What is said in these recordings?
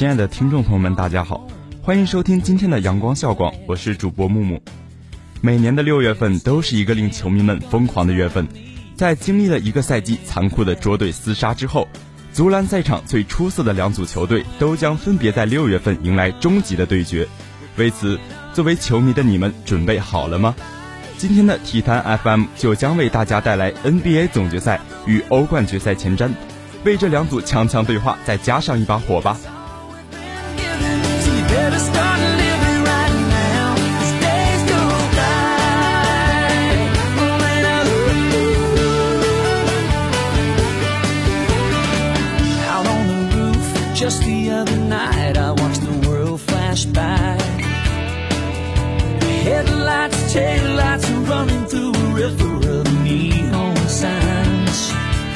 亲爱的听众朋友们，大家好，欢迎收听今天的阳光校广，我是主播木木。每年的6月份都是一个令球迷们疯狂的月份，在经历了一个赛季残酷的捉对厮杀之后，足篮赛场最出色的两组球队都将分别在6月份迎来终极的对决。为此，作为球迷的你们准备好了吗？今天的体坛 FM 就将为大家带来 NBA 总决赛与欧冠决赛前瞻，为这两组强强对话再加上一把火吧。 Just the other night, I watched the world flash by. Headlights, taillights, running through a river of neon signs.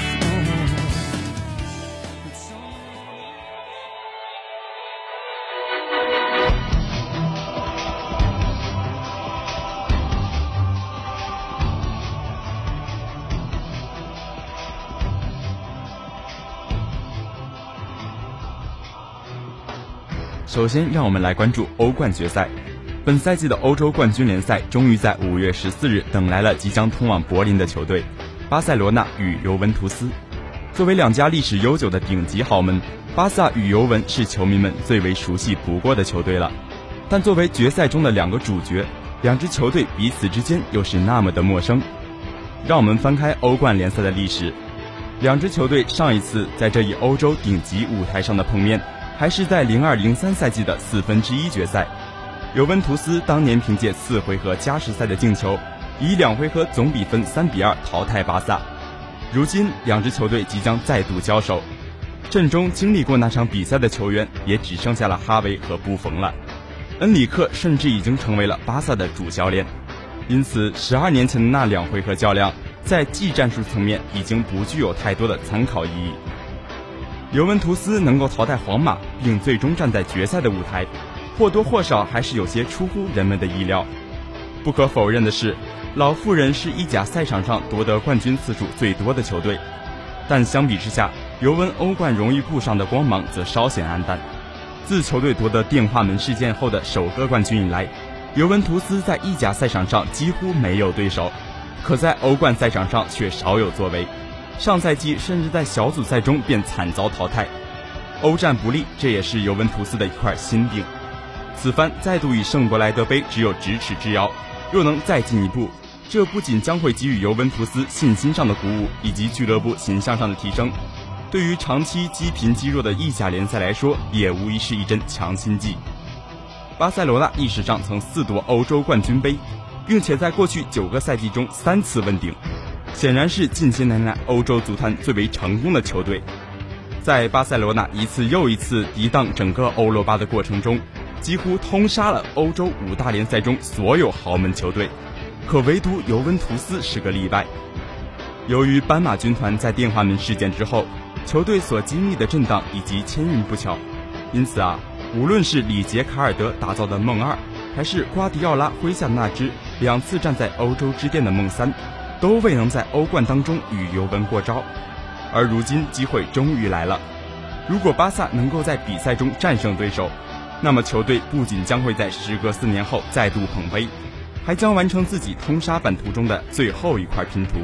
首先让我们来关注欧冠决赛。本赛季的欧洲冠军联赛终于在5月14日等来了即将通往柏林的球队巴塞罗那与尤文图斯。作为两家历史悠久的顶级豪门，巴萨与尤文是球迷们最为熟悉不过的球队了。但作为决赛中的两个主角，两支球队彼此之间又是那么的陌生。让我们翻开欧冠联赛的历史，两支球队上一次在这一欧洲顶级舞台上的碰面还是在02-03赛季的1/4决赛，尤文图斯当年凭借4回合加时赛的进球，以2回合总比分3-2淘汰巴萨。如今两支球队即将再度交手，阵中经历过那场比赛的球员也只剩下了哈维和布冯了，恩里克甚至已经成为了巴萨的主教练。因此12年前的那2回合较量，在技战术层面已经不具有太多的参考意义。尤文图斯能够淘汰皇马并最终站在决赛的舞台，或多或少还是有些出乎人们的意料。不可否认的是，老妇人是意甲赛场上夺得冠军次数最多的球队，但相比之下，尤文欧冠荣誉簿上的光芒则稍显黯淡。自球队夺得电话门事件后的首个冠军以来，尤文图斯在意甲赛场上几乎没有对手，可在欧冠赛场上却少有作为。上赛季甚至在小组赛中便惨遭淘汰，欧战不利，这也是尤文图斯的一块心病。此番再度与圣伯莱德杯只有咫尺之遥，若能再进一步，这不仅将会给予尤文图斯信心上的鼓舞，以及俱乐部形象上的提升，对于长期积贫积弱的意甲联赛来说，也无疑是一针强心剂。巴塞罗那历史上曾4夺欧洲冠军杯，并且在过去9个赛季中3次问鼎，显然是近些年来欧洲足坛最为成功的球队。在巴塞罗那一次又一次抵挡整个欧罗巴的过程中，几乎通杀了欧洲5大联赛中所有豪门球队，可唯独尤文图斯是个例外。由于斑马军团在电话门事件之后，球队所经历的震荡以及牵运不巧，因此无论是里杰卡尔德打造的梦2，还是瓜迪奥拉麾下的那支2次站在欧洲之巅的梦3，都未能在欧冠当中与尤文过招。而如今机会终于来了，如果巴萨能够在比赛中战胜对手，那么球队不仅将会在时隔4年后再度捧杯，还将完成自己通杀版图中的最后一块拼图。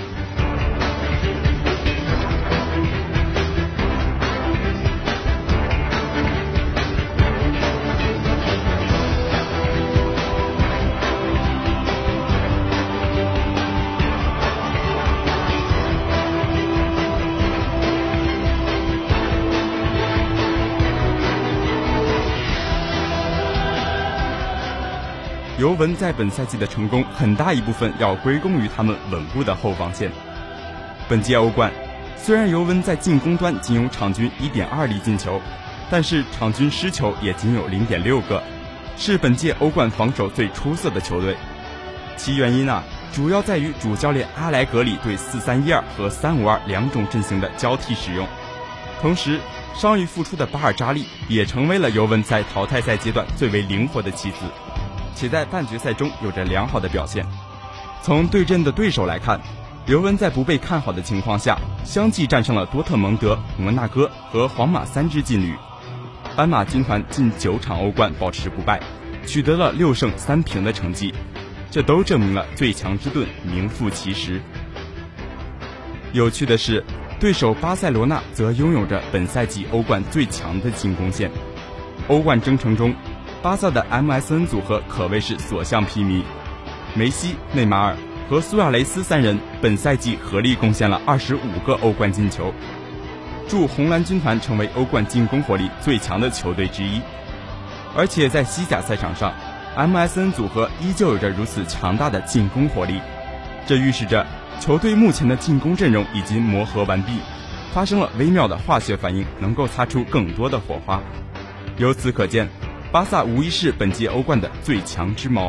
尤文在本赛季的成功很大一部分要归功于他们稳固的后防线。本届欧冠，虽然尤文在进攻端仅有场均 1.2 粒进球，但是场均失球也仅有 0.6 个，是本届欧冠防守最出色的球队。其原因主要在于主教练阿莱格里对4-3-1-2和3-5-2两种阵型的交替使用，同时伤愈复出的巴尔扎利也成为了尤文在淘汰赛阶段最为灵活的棋子，且在半决赛中有着良好的表现。从对阵的对手来看，尤文在不被看好的情况下，相继战胜了多特蒙德、摩纳哥和皇马3支劲旅。 斑马军团近9场欧冠保持不败，取得了6胜3平的成绩，这都证明了最强之盾名副其实。有趣的是，对手巴塞罗那则拥有着本赛季欧冠最强的进攻线。欧冠征程中，巴萨的 MSN 组合可谓是所向披靡，梅西、内马尔和苏亚雷斯3人本赛季合力贡献了25个欧冠进球，助红蓝军团成为欧冠进攻火力最强的球队之一。而且在西甲赛场上， MSN 组合依旧有着如此强大的进攻火力，这预示着球队目前的进攻阵容已经磨合完毕，发生了微妙的化学反应，能够擦出更多的火花。由此可见，巴萨无疑是本届欧冠的最强之矛。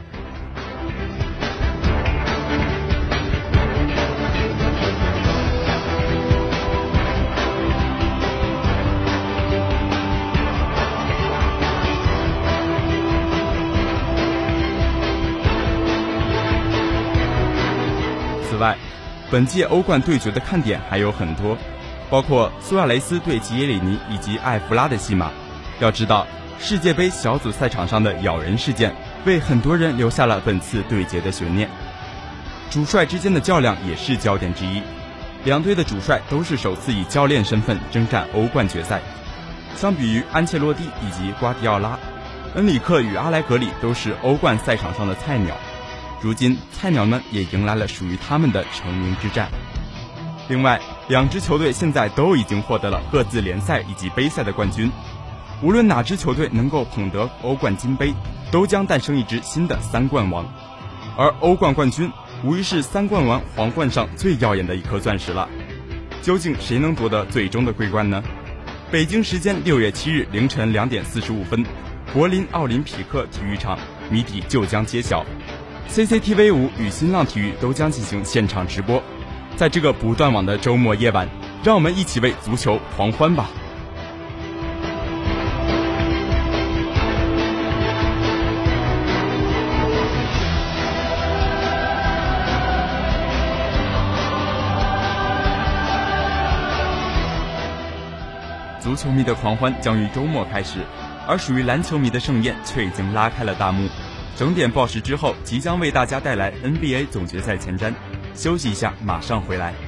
此外，本届欧冠对决的看点还有很多，包括苏亚雷斯对吉耶里尼以及艾弗拉的戏码。要知道，世界杯小组赛场上的咬人事件为很多人留下了本次对决的悬念。主帅之间的较量也是焦点之一，两队的主帅都是首次以教练身份征战欧冠决赛。相比于安切洛蒂以及瓜迪奥拉，恩里克与阿莱格里都是欧冠赛场上的菜鸟，如今菜鸟们也迎来了属于他们的成名之战。另外，两支球队现在都已经获得了各自联赛以及杯赛的冠军，无论哪支球队能够捧得欧冠金杯，都将诞生一支新的3冠王。而欧冠冠军无疑是3冠王皇冠上最耀眼的一颗钻石了。究竟谁能夺得最终的桂冠呢？北京时间6月7日凌晨2点45分，柏林奥林匹克体育场谜底就将揭晓。CCTV5 与新浪体育都将进行现场直播。在这个不断网的周末夜晚，让我们一起为足球狂欢吧！足球迷的狂欢将于周末开始，而属于篮球迷的盛宴却已经拉开了大幕。整点报时之后，即将为大家带来 NBA 总决赛前瞻。休息一下，马上回来。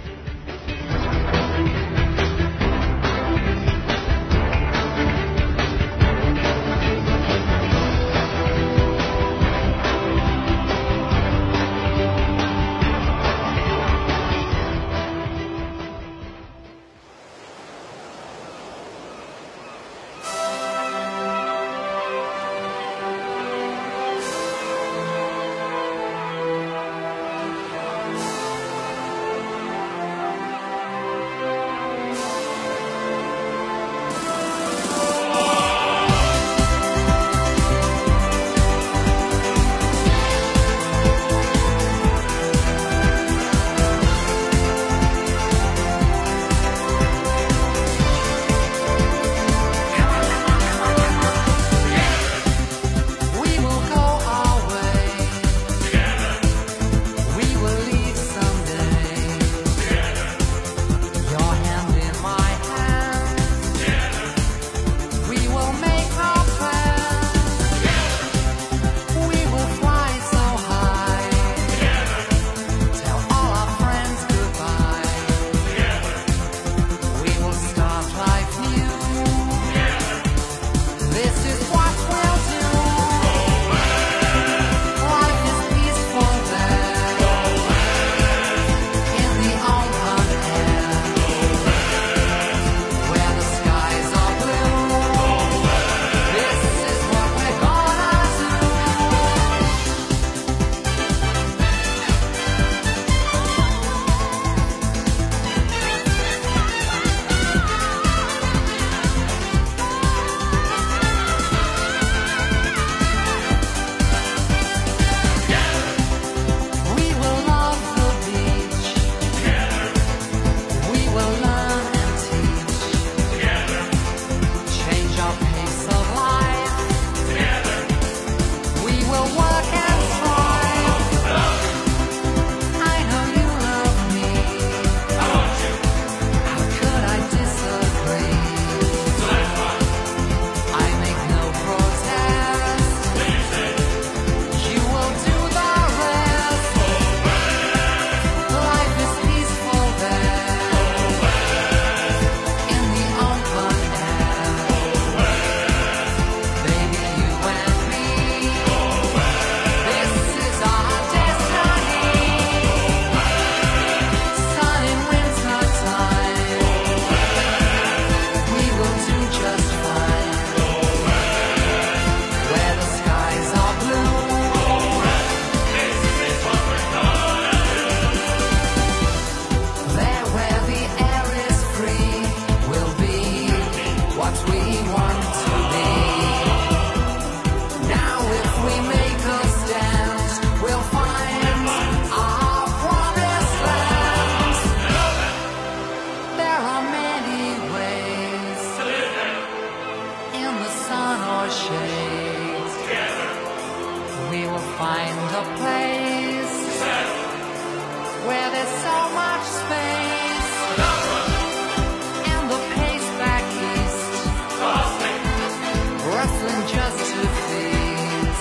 find a place where there's so much space and the pace back east wrestling just to please,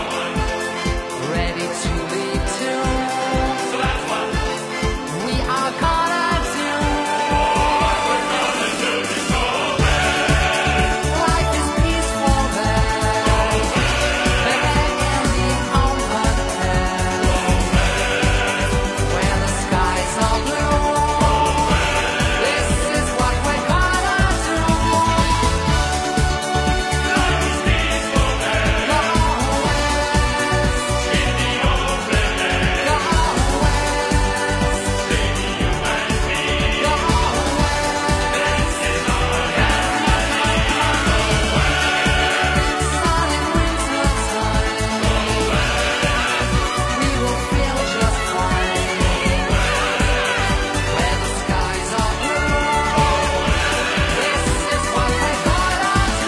ready to lead to we are gonna do. Life is peaceful there, there in the open air, where the skies are blue. This is what we're gonna do. Life is peaceful there, go west, in the open air, go west, baby you and me, go west, this is our sun in winter time, we will feel just fine, where the skies are blue. This is what we're gonna do.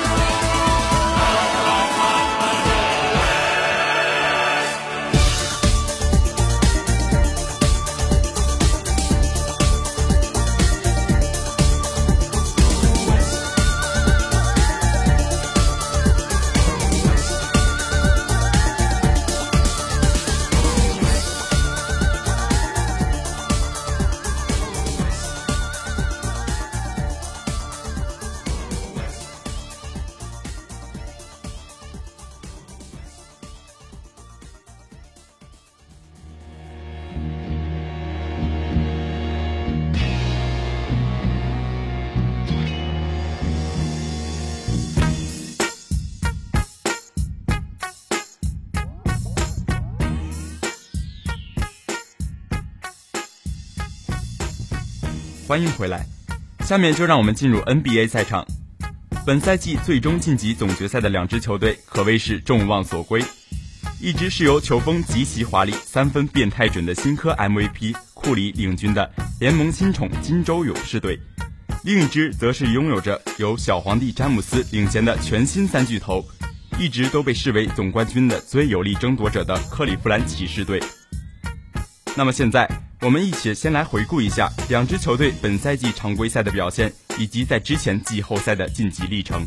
欢迎回来，下面就让我们进入 NBA 赛场。本赛季最终晋级总决赛的两支球队可谓是众望所归，一支是由球风极其华丽、三分变态准的新科 MVP 库里领军的联盟新宠金州勇士队，另一支则是拥有着由小皇帝詹姆斯领衔的全新三巨头，一直都被视为总冠军的最有力争夺者的克利夫兰骑士队。那么现在我们一起先来回顾一下两支球队本赛季常规赛的表现，以及在之前季后赛的晋级历程。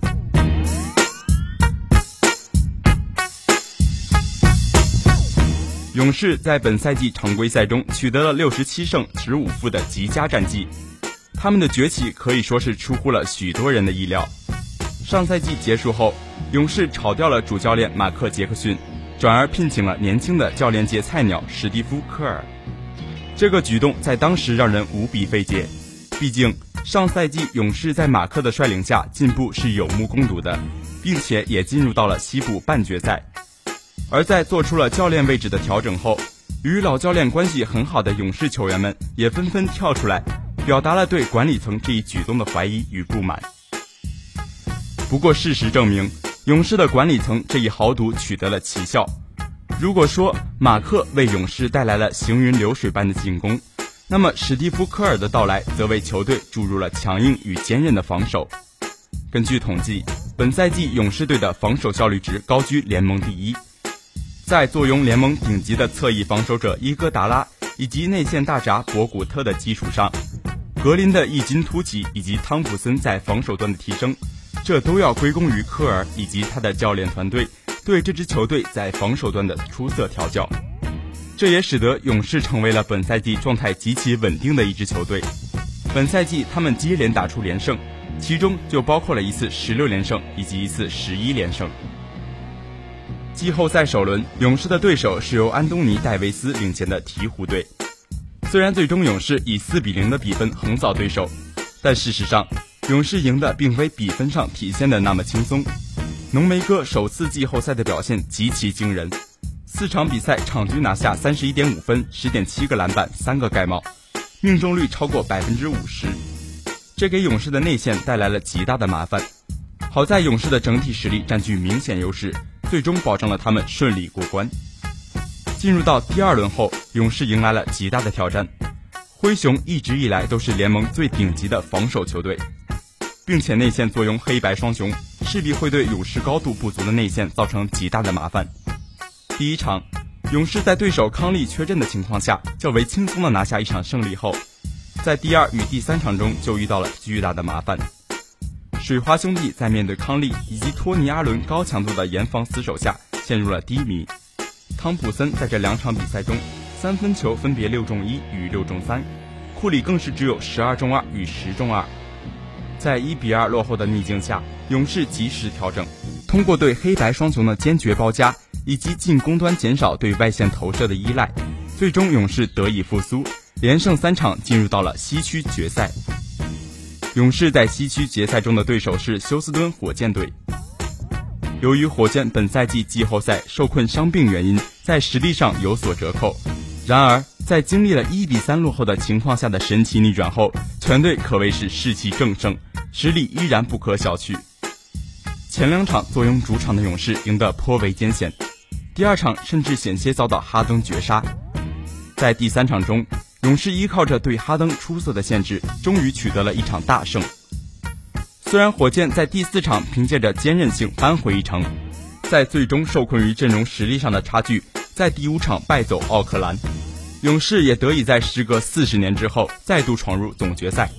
勇士在本赛季常规赛中取得了67胜15负的极佳战绩，他们的崛起可以说是出乎了许多人的意料。上赛季结束后，勇士炒掉了主教练马克·杰克逊，转而聘请了年轻的教练界菜鸟史蒂夫·科尔。这个举动在当时让人无比费解，毕竟上赛季勇士在马克的率领下进步是有目共睹的，并且也进入到了西部半决赛。而在做出了教练位置的调整后，与老教练关系很好的勇士球员们也纷纷跳出来，表达了对管理层这一举动的怀疑与不满。不过事实证明，勇士的管理层这一豪赌取得了奇效。如果说马克为勇士带来了行云流水般的进攻，那么史蒂夫·科尔的到来则为球队注入了强硬与坚韧的防守。根据统计，本赛季勇士队的防守效率值高居联盟第一。在坐拥联盟顶级的侧翼防守者伊戈达拉以及内线大闸博古特的基础上，格林的异军突起以及汤普森在防守端的提升，这都要归功于科尔以及他的教练团队对这支球队在防守端的出色调教。这也使得勇士成为了本赛季状态极其稳定的一支球队。本赛季他们接连打出连胜，其中就包括了一次16连胜以及一次11连胜。季后赛首轮，勇士的对手是由安东尼·戴维斯领衔的鹈鹕队。虽然最终勇士以4-0的比分横扫对手，但事实上勇士赢的并非比分上体现的那么轻松。浓眉哥首次季后赛的表现极其惊人，4场比赛场均拿下31.5分、10.7个篮板、3个盖帽，命中率超过50%，这给勇士的内线带来了极大的麻烦。好在勇士的整体实力占据明显优势，最终保证了他们顺利过关。进入到第二轮后，勇士迎来了极大的挑战。灰熊一直以来都是联盟最顶级的防守球队，并且内线坐拥黑白双雄，势必会对勇士高度不足的内线造成极大的麻烦。 第一场，勇士在对手康利缺阵的情况下，较为轻松地拿下一场胜利后，在第二与第三场中就遇到了巨大的麻烦。水花兄弟在面对康利以及托尼·阿伦高强度的严防死守下陷入了低迷。汤普森在这2场比赛中3分球分别6中1与6中3，库里更是只有12中2与10中2。在1-2落后的逆境下，勇士及时调整，通过对黑白双雄的坚决包夹以及进攻端减少对外线投射的依赖，最终勇士得以复苏，连胜3场进入到了西区决赛。勇士在西区决赛中的对手是休斯敦火箭队。由于火箭本赛季季后赛受困伤病原因，在实力上有所折扣，然而在经历了1-3落后的情况下的神奇逆转后，全队可谓是士气正盛，实力依然不可小觑。前2场坐拥主场的勇士赢得颇为艰险，第2场甚至险些遭到哈登绝杀。在第3场中，勇士依靠着对哈登出色的限制，终于取得了一场大胜。虽然火箭在第4场凭借着坚韧性扳回一城，在最终受困于阵容实力上的差距，在第5场败走奥克兰，勇士也得以在时隔40年之后再度闯入总决赛。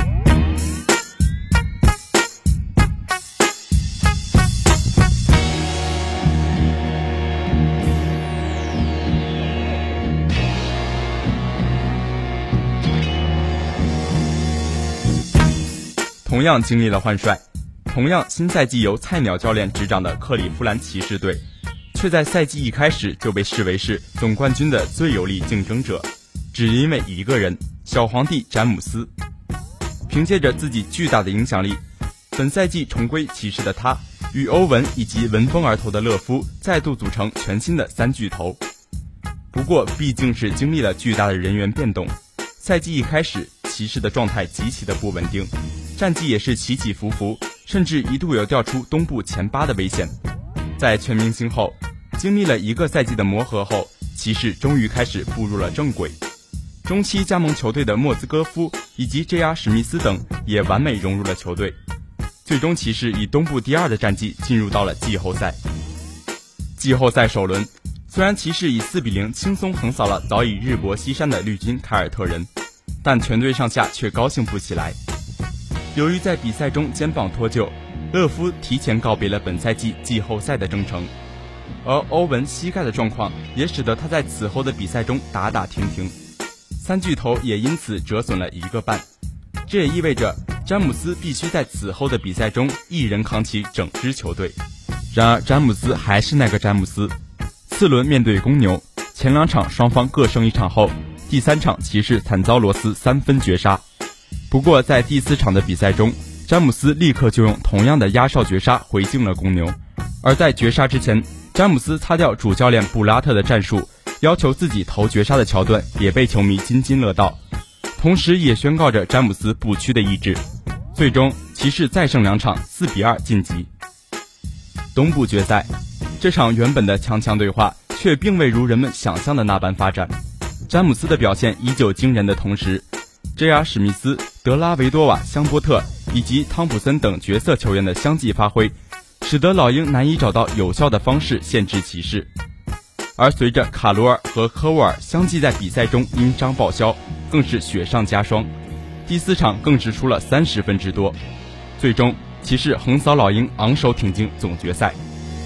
同样经历了换帅，同样新赛季由菜鸟教练执掌的克利夫兰骑士队，却在赛季一开始就被视为是总冠军的最有力竞争者，只因为一个人，小皇帝詹姆斯。凭借着自己巨大的影响力，本赛季重归骑士的他，与欧文以及闻风而投的勒夫再度组成全新的3巨头。不过毕竟是经历了巨大的人员变动，赛季一开始骑士的状态极其的不稳定，战绩也是起起伏伏，甚至一度有掉出东部前8的危险。在全明星后，经历了1个赛季的磨合后，骑士终于开始步入了正轨。中期加盟球队的莫兹戈夫以及 JR 史密斯等也完美融入了球队，最终骑士以东部第2的战绩进入到了季后赛。季后赛首轮，虽然骑士以4-0轻松横扫了早已日薄西山的绿军凯尔特人，但全队上下却高兴不起来。由于在比赛中肩膀脱臼，勒夫提前告别了本赛季季后赛的征程，而欧文膝盖的状况也使得他在此后的比赛中打打停停，3巨头也因此折损了1个半。这也意味着詹姆斯必须在此后的比赛中一人扛起整支球队。然而詹姆斯还是那个詹姆斯，次轮面对公牛，前2场双方各胜1场后，第3场骑士惨遭罗斯3分绝杀。不过在第4场的比赛中，詹姆斯立刻就用同样的压哨绝杀回敬了公牛，而在绝杀之前，詹姆斯擦掉主教练布拉特的战术，要求自己投绝杀的桥段也被球迷津津乐道，同时也宣告着詹姆斯不屈的意志。最终骑士再胜2场，4-2晋级。东部决赛，这场原本的强强对话却并未如人们想象的那般发展。詹姆斯的表现依旧惊人的同时，JR 史密斯、德拉维多瓦、香波特以及汤普森等角色球员的相继发挥，使得老鹰难以找到有效的方式限制骑士。而随着卡罗尔和科沃尔相继在比赛中因伤报销，更是雪上加霜。第4场更是输了30分之多，最终骑士横扫老鹰，昂首挺进总决赛。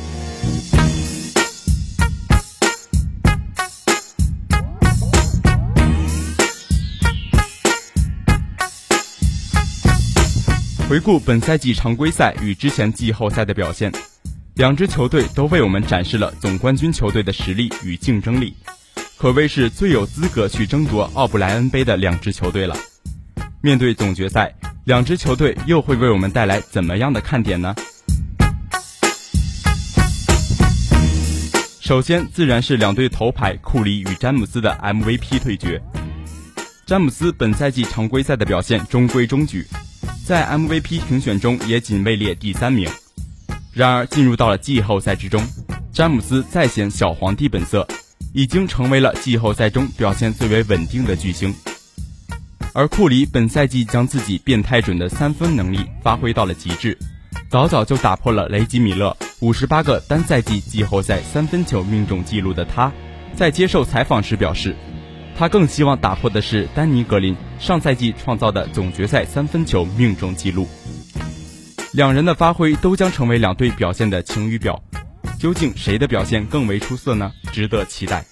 回顾本赛季常规赛与之前季后赛的表现，2支球队都为我们展示了总冠军球队的实力与竞争力，可谓是最有资格去争夺奥布莱恩杯的2支球队了。面对总决赛，2支球队又会为我们带来怎么样的看点呢？首先自然是2队头牌库里与詹姆斯的 MVP 对决。詹姆斯本赛季常规赛的表现中规中矩，在 MVP 评选中也仅位列第3名。然而进入到了季后赛之中，詹姆斯再显小皇帝本色，已经成为了季后赛中表现最为稳定的巨星。而库里本赛季将自己变态准的3分能力发挥到了极致，早早就打破了雷吉米勒、 58个单赛季季后赛三分球命中纪录的他，在接受采访时表示，他更希望打破的是丹尼格林上赛季创造的总决赛三分球命中纪录。两人的发挥都将成为两队表现的晴雨表，究竟谁的表现更为出色呢？值得期待。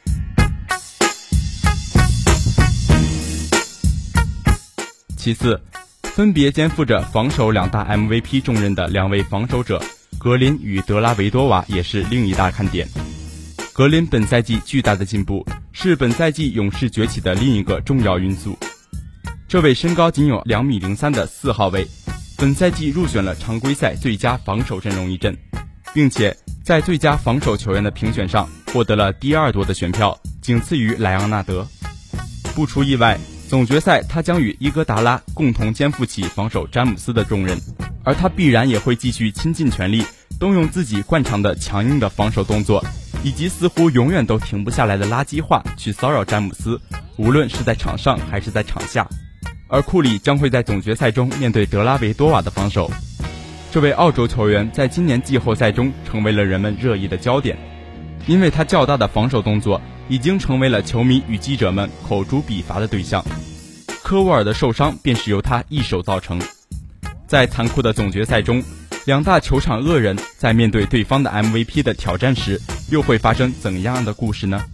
其次，分别肩负着防守两大 MVP 重任的两位防守者格林与德拉维多瓦也是另一大看点。格林本赛季巨大的进步是本赛季勇士崛起的另一个重要因素。这位身高仅有2.03米的4号位，本赛季入选了常规赛最佳防守阵容一阵，并且在最佳防守球员的评选上获得了第2多的选票，仅次于莱昂纳德。不出意外，总决赛他将与伊戈达拉共同肩负起防守詹姆斯的重任，而他必然也会继续倾尽全力，动用自己惯常的强硬的防守动作，以及似乎永远都停不下来的垃圾话去骚扰詹姆斯，无论是在场上还是在场下。而库里将会在总决赛中面对德拉维多瓦的防守。这位澳洲球员在今年季后赛中成为了人们热议的焦点，因为他较大的防守动作已经成为了球迷与记者们口诛笔伐的对象。科沃尔的受伤便是由他一手造成。在残酷的总决赛中，两大球场恶人在面对对方的 MVP 的挑战时，又会发生怎样的故事呢？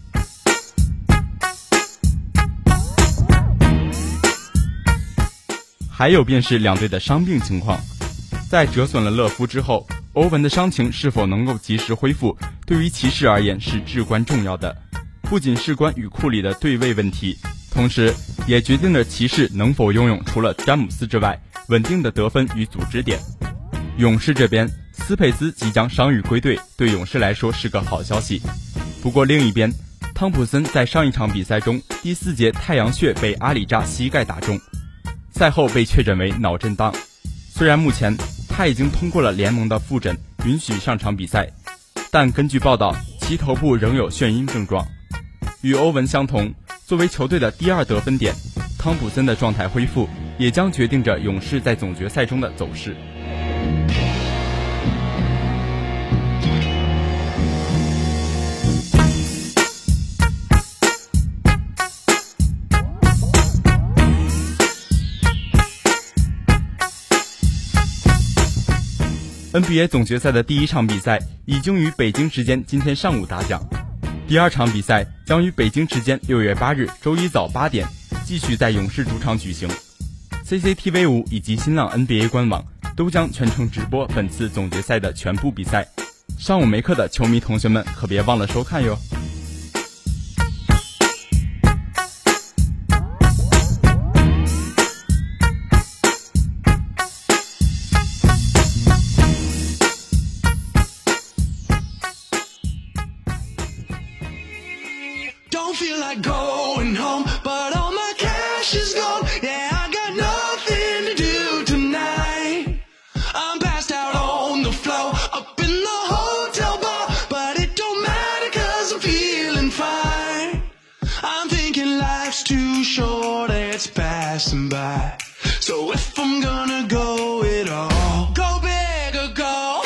还有便是两队的伤病情况。在折损了勒夫之后，欧文的伤情是否能够及时恢复，对于骑士而言是至关重要的。不仅事关与库里的对位问题，同时也决定了骑士能否拥有除了詹姆斯之外稳定的得分与组织点。勇士这边，斯佩兹即将伤愈归队，对勇士来说是个好消息。不过另一边，汤普森在上一场比赛中第4节太阳穴被阿里扎膝盖打中，赛后被确诊为脑震荡。虽然目前他已经通过了联盟的复诊，允许上场比赛，但根据报道，其头部仍有眩晕症状。与欧文相同，作为球队的第2得分点，汤普森的状态恢复也将决定着勇士在总决赛中的走势。NBA 总决赛的第1场比赛已经于北京时间今天上午打响，第2场比赛将于北京时间6月8日周一早8点继续在勇士主场举行。CCTV5 以及新浪 NBA 官网都将全程直播本次总决赛的全部比赛，上午没课的球迷同学们可别忘了收看哟。 Don't feel like going home, but all my cash is gone. Yeah, I got nothing to do tonight. I'm passed out on the floor, up in the hotel bar, but it don't matter 'cause I'm feeling fine. I'm thinking life's too short, it's passing by. So if I'm gonna go it all, go big or go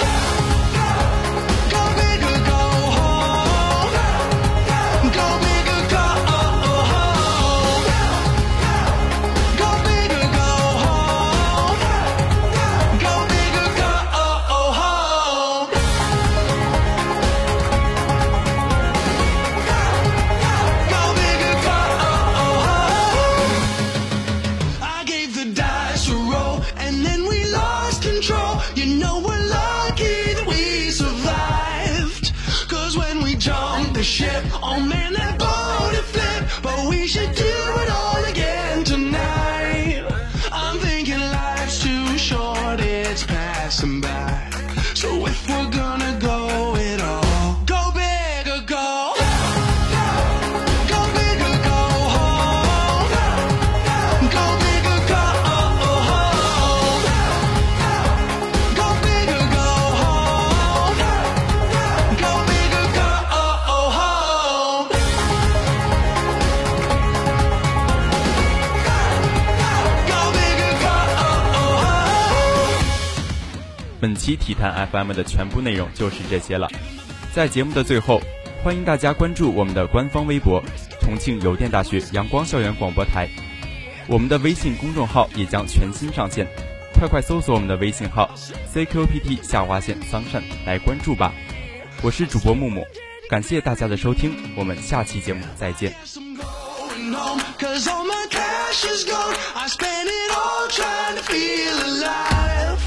big or go home. Go big or go home. Go big or go home. Go big or go home. Go big or go home. I gave the dice a roll and then we lost control. You know we're lucky that we survived. 'Cause when we jumped the ship, oh man, that boat had flipped. But we should do it all again tonight. I'm thinking life's too short, it's passing by. So if we're gonna go it all, go big or go big or go home. Go big or go home. Go big or go home. Go big or go home. 本期体坛 FM 的全部内容就是这些了。在节目的最后，欢迎大家关注我们的官方微博重庆邮电大学阳光校园广播台，我们的微信公众号也将全新上线，快搜索我们的微信号 CQPT_Sunshine 来关注吧。我是主播木木，感谢大家的收听，我们下期节目再见。 'Cause all my cash is gone, I spent it all trying to feel alive.